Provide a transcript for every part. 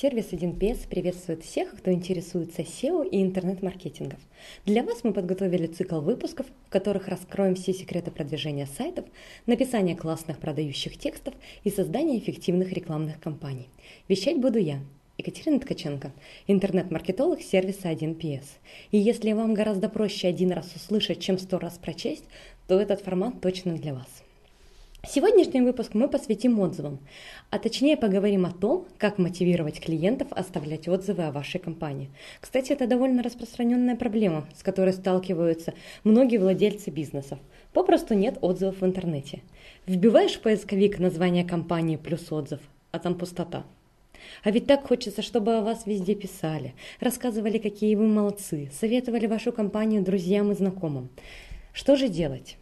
Сервис 1PS приветствует всех, кто интересуется SEO и интернет-маркетингом. Для вас мы подготовили цикл выпусков, в которых раскроем все секреты продвижения сайтов, написания классных продающих текстов и создания эффективных рекламных кампаний. Вещать буду я, Екатерина Ткаченко, интернет-маркетолог сервиса 1PS. И если вам гораздо проще один раз услышать, чем 100 раз прочесть, то этот формат точно для вас. Сегодняшний выпуск мы посвятим отзывам, а точнее поговорим о том, как мотивировать клиентов оставлять отзывы о вашей компании. Кстати, это довольно распространенная проблема, с которой сталкиваются многие владельцы бизнесов. Попросту нет отзывов в интернете. Вбиваешь в поисковик название компании плюс отзыв, а там пустота. А ведь так хочется, чтобы о вас везде писали, рассказывали, какие вы молодцы, советовали вашу компанию друзьям и знакомым. Что же делать?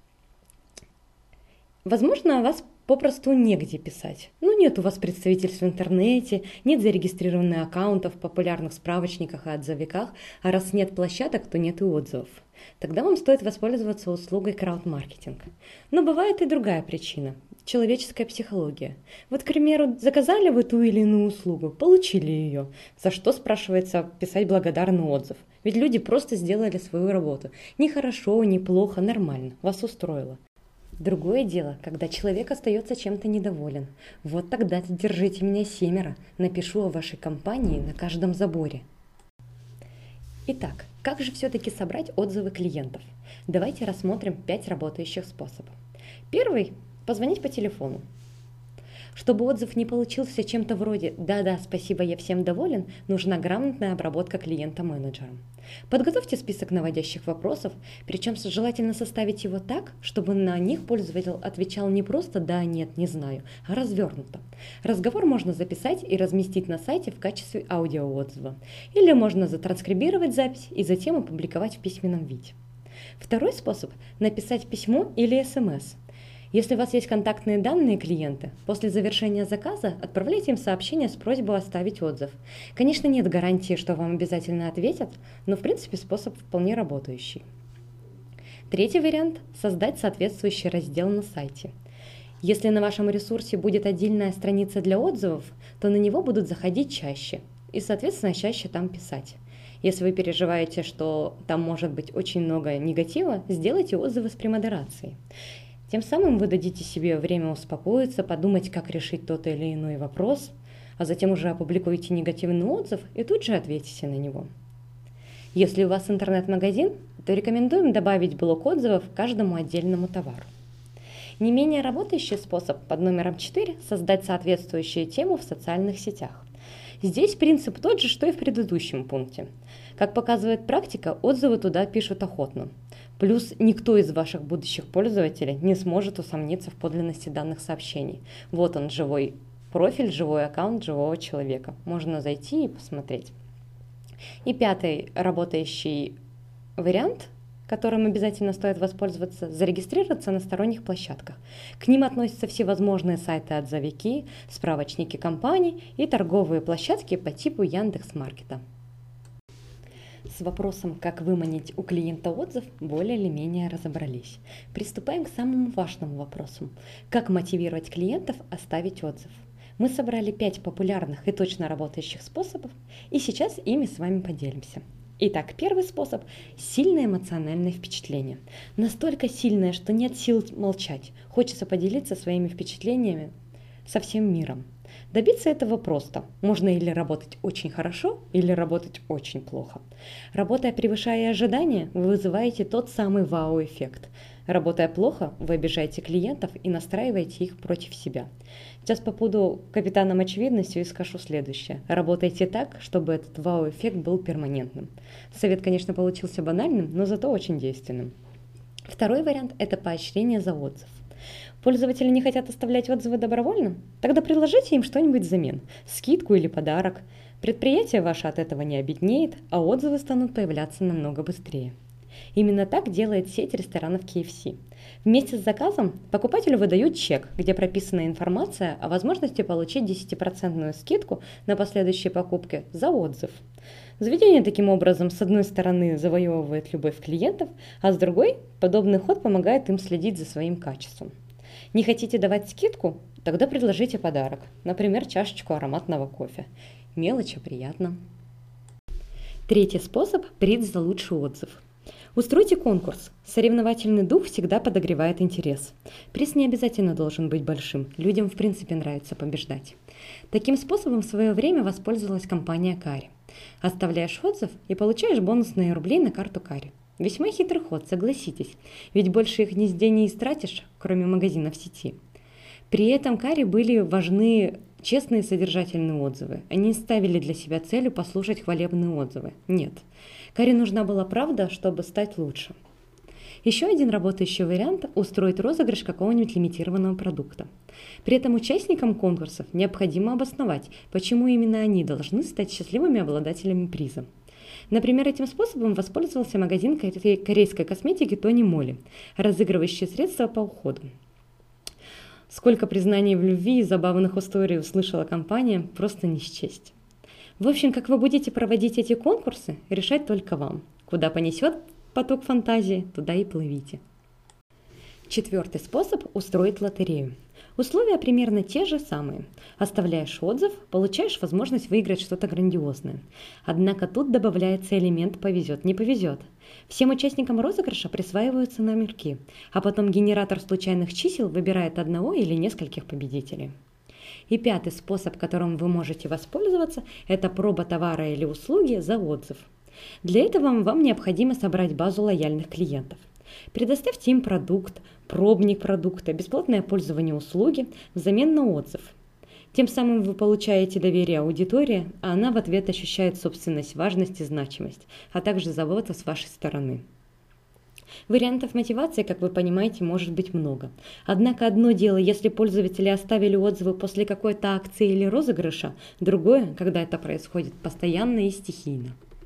Возможно, о вас попросту негде писать. Нет у вас представительств в интернете, нет зарегистрированных аккаунтов в популярных справочниках и отзывиках, а раз нет площадок, то нет и отзывов. Тогда вам стоит воспользоваться услугой крауд-маркетинг. Но бывает и другая причина – человеческая психология. Вот, к примеру, заказали вы ту или иную услугу, получили ее. За что, спрашивается, писать благодарный отзыв? Ведь люди просто сделали свою работу. Ни хорошо, ни плохо, нормально, вас устроило. Другое дело, когда человек остается чем-то недоволен. Вот тогда держите меня 7, напишу о вашей компании на каждом заборе. Итак, как же все-таки собрать отзывы клиентов? Давайте рассмотрим 5 работающих способов. Первый – позвонить по телефону. Чтобы отзыв не получился чем-то вроде «да-да, спасибо, я всем доволен», нужна грамотная обработка клиента менеджером. Подготовьте список наводящих вопросов, причем желательно составить его так, чтобы на них пользователь отвечал не просто «да», «нет», «не знаю», а развернуто. Разговор можно записать и разместить на сайте в качестве аудиоотзыва. Или можно затранскрибировать запись и затем опубликовать в письменном виде. Второй способ – написать письмо или СМС. Если у вас есть контактные данные клиента, после завершения заказа отправляйте им сообщение с просьбой оставить отзыв. Конечно, нет гарантии, что вам обязательно ответят, но в принципе способ вполне работающий. Третий вариант – создать соответствующий раздел на сайте. Если на вашем ресурсе будет отдельная страница для отзывов, то на него будут заходить чаще и, соответственно, чаще там писать. Если вы переживаете, что там может быть очень много негатива, сделайте отзывы с премодерацией. Тем самым вы дадите себе время успокоиться, подумать, как решить тот или иной вопрос, а затем уже опубликуете негативный отзыв и тут же ответите на него. Если у вас интернет-магазин, то рекомендуем добавить блок отзывов к каждому отдельному товару. Не менее работающий способ под номером 4 – создать соответствующую тему в социальных сетях. Здесь принцип тот же, что и в предыдущем пункте. Как показывает практика, отзывы туда пишут охотно. Плюс никто из ваших будущих пользователей не сможет усомниться в подлинности данных сообщений. Вот он, живой профиль, живой аккаунт живого человека. Можно зайти и посмотреть. И пятый работающий вариант, которым обязательно стоит воспользоваться, зарегистрироваться на сторонних площадках. К ним относятся всевозможные сайты-отзывики, справочники компаний и торговые площадки по типу Яндекс.Маркета. С вопросом, как выманить у клиента отзыв, более или менее разобрались. Приступаем к самому важному вопросу. Как мотивировать клиентов оставить отзыв? Мы собрали 5 популярных и точно работающих способов, и сейчас ими с вами поделимся. Итак, первый способ – сильное эмоциональное впечатление. Настолько сильное, что нет сил молчать. Хочется поделиться своими впечатлениями со всем миром. Добиться этого просто. Можно или работать очень хорошо, или работать очень плохо. Работая превышая ожидания, вы вызываете тот самый вау-эффект. Работая плохо, вы обижаете клиентов и настраиваете их против себя. Сейчас побуду капитаном очевидностью и скажу следующее. Работайте так, чтобы этот вау-эффект был перманентным. Совет, конечно, получился банальным, но зато очень действенным. Второй вариант – это поощрение за отзыв. Пользователи не хотят оставлять отзывы добровольно? Тогда предложите им что-нибудь взамен, скидку или подарок. Предприятие ваше от этого не обеднеет, а отзывы станут появляться намного быстрее. Именно так делает сеть ресторанов KFC. Вместе с заказом покупателю выдают чек, где прописана информация о возможности получить 10% скидку на последующие покупки за отзыв. Заведение таким образом с одной стороны завоевывает любовь клиентов, а с другой подобный ход помогает им следить за своим качеством. Не хотите давать скидку? Тогда предложите подарок, например, чашечку ароматного кофе. Мелочь, а приятно. Третий способ – приз за лучший отзыв. Устройте конкурс. Соревновательный дух всегда подогревает интерес. Приз не обязательно должен быть большим. Людям в принципе нравится побеждать. Таким способом в свое время воспользовалась компания Кари. Оставляешь отзыв и получаешь бонусные рубли на карту Кари. Весьма хитрый ход, согласитесь, ведь больше их нигде не истратишь, кроме магазинов сети. При этом Кари были важны честные содержательные отзывы. Они не ставили для себя целью послушать хвалебные отзывы. Нет. Кари нужна была правда, чтобы стать лучше. Еще один работающий вариант – устроить розыгрыш какого-нибудь лимитированного продукта. При этом участникам конкурсов необходимо обосновать, почему именно они должны стать счастливыми обладателями приза. Например, этим способом воспользовался магазин корейской косметики Тони Моли, разыгрывающий средства по уходу. Сколько признаний в любви и забавных историй услышала компания, просто не счесть. В общем, как вы будете проводить эти конкурсы, решать только вам. Куда понесет поток фантазии, туда и плывите. Четвертый способ – устроить лотерею. Условия примерно те же самые. Оставляешь отзыв, получаешь возможность выиграть что-то грандиозное. Однако тут добавляется элемент «повезет, не повезет». Всем участникам розыгрыша присваиваются номерки, а потом генератор случайных чисел выбирает одного или нескольких победителей. И пятый способ, которым вы можете воспользоваться, это проба товара или услуги за отзыв. Для этого вам необходимо собрать базу лояльных клиентов. Предоставьте им продукт, пробник продукта, бесплатное пользование услуги взамен на отзыв. Тем самым вы получаете доверие аудитории, а она в ответ ощущает собственность, важность и значимость, а также заботу с вашей стороны. Вариантов мотивации, как вы понимаете, может быть много. Однако одно дело, если пользователи оставили отзывы после какой-то акции или розыгрыша, другое, когда это происходит постоянно и стихийно.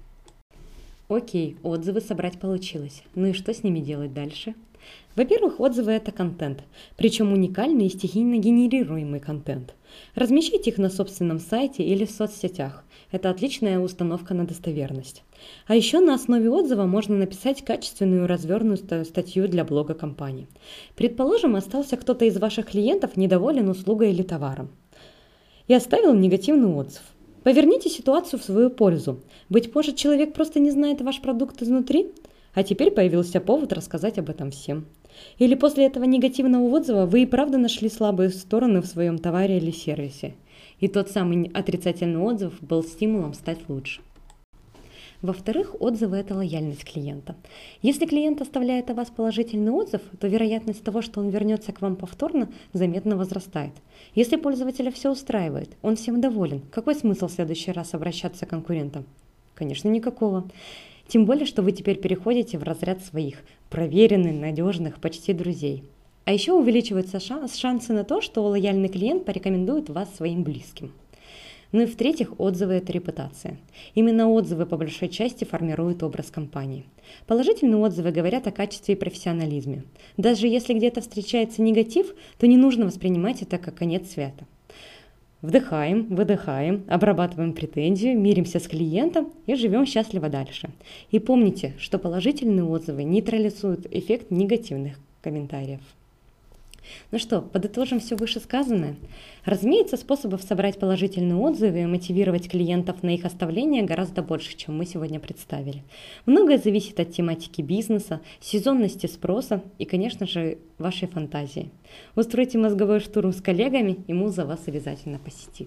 Окей, отзывы собрать получилось. Ну и что с ними делать дальше? Во-первых, отзывы – это контент, причем уникальный и стихийно генерируемый контент. Размещайте их на собственном сайте или в соцсетях. Это отличная установка на достоверность. А еще на основе отзыва можно написать качественную развернутую статью для блога компании. Предположим, остался кто-то из ваших клиентов недоволен услугой или товаром и оставил негативный отзыв. Поверните ситуацию в свою пользу. Быть может, человек просто не знает ваш продукт изнутри, а теперь появился повод рассказать об этом всем. Или после этого негативного отзыва вы и правда нашли слабые стороны в своем товаре или сервисе. И тот самый отрицательный отзыв был стимулом стать лучше. Во-вторых, отзывы – это лояльность клиента. Если клиент оставляет о вас положительный отзыв, то вероятность того, что он вернется к вам повторно, заметно возрастает. Если пользователя все устраивает, он всем доволен, какой смысл в следующий раз обращаться к конкурентам? Конечно, никакого. Тем более, что вы теперь переходите в разряд своих, проверенных, надежных, почти друзей. А еще увеличиваются шансы на то, что лояльный клиент порекомендует вас своим близким. Ну и в-третьих, отзывы – это репутация. Именно отзывы по большой части формируют образ компании. Положительные отзывы говорят о качестве и профессионализме. Даже если где-то встречается негатив, то не нужно воспринимать это как конец света. Вдыхаем, выдыхаем, обрабатываем претензию, миримся с клиентом и живем счастливо дальше. И помните, что положительные отзывы нейтрализуют эффект негативных комментариев. Ну что, подытожим все вышесказанное. Разумеется, способов собрать положительные отзывы и мотивировать клиентов на их оставление гораздо больше, чем мы сегодня представили. Многое зависит от тематики бизнеса, сезонности спроса и, конечно же, вашей фантазии. Устройте мозговой штурм с коллегами, и муза вас обязательно посетит.